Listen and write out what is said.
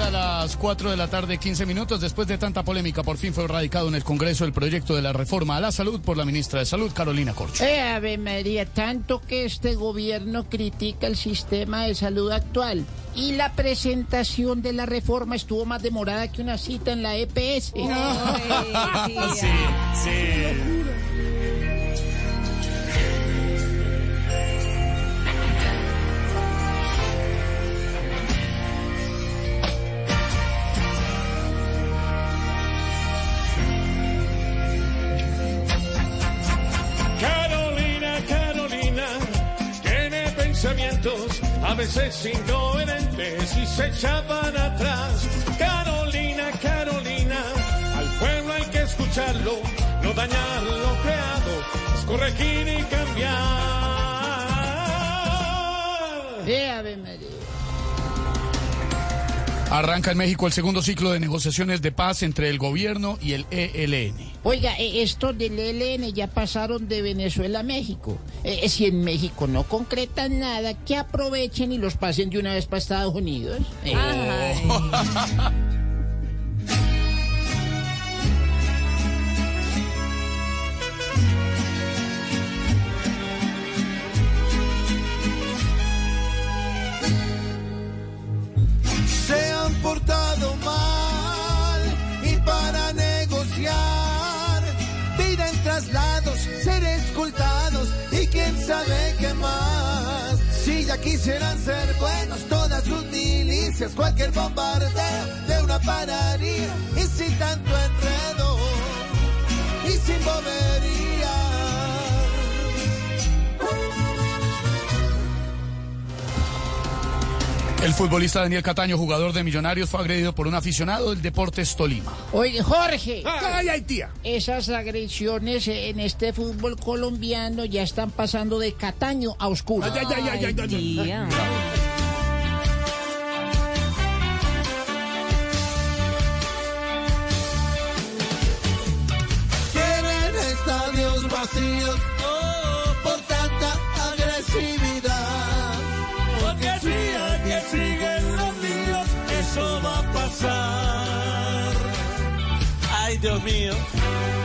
Ahora a las 4 de la tarde, 15 minutos, después de tanta polémica, por fin fue radicado en el Congreso el proyecto de la reforma a la salud por la ministra de Salud, Carolina Corcho. Ave María, tanto que este gobierno critica el sistema de salud actual. Y la presentación de la reforma estuvo más demorada que una cita en la EPS. Sí. A veces incoherentes y se echaban atrás. Carolina, al pueblo hay que escucharlo, no dañar lo creado, es corregir y cambiar. Ave María. Arranca en México el segundo ciclo de negociaciones de paz entre el gobierno y el ELN. Oiga, estos del ELN ya pasaron de Venezuela a México. Si en México no concretan nada, que aprovechen y los pasen de una vez para Estados Unidos. Se han portado mal y para negociar piden traslados, ser escoltados y quién sabe qué más. Si ya quisieran ser buenos todas sus milicias, cualquier bombardeo de una pararía y sin tanto enredo y sin bobería. El futbolista Daniel Cataño, jugador de Millonarios, fue agredido por un aficionado del Deportes Tolima. Oye, Jorge, ¡Ay, tía! esas agresiones en este fútbol colombiano ya están pasando de Cataño a oscuro. Tía. Tienen estadios vacíos por tanta agresividad. Porque si aquí siguen los niños, eso va a pasar. Ay, Dios mío.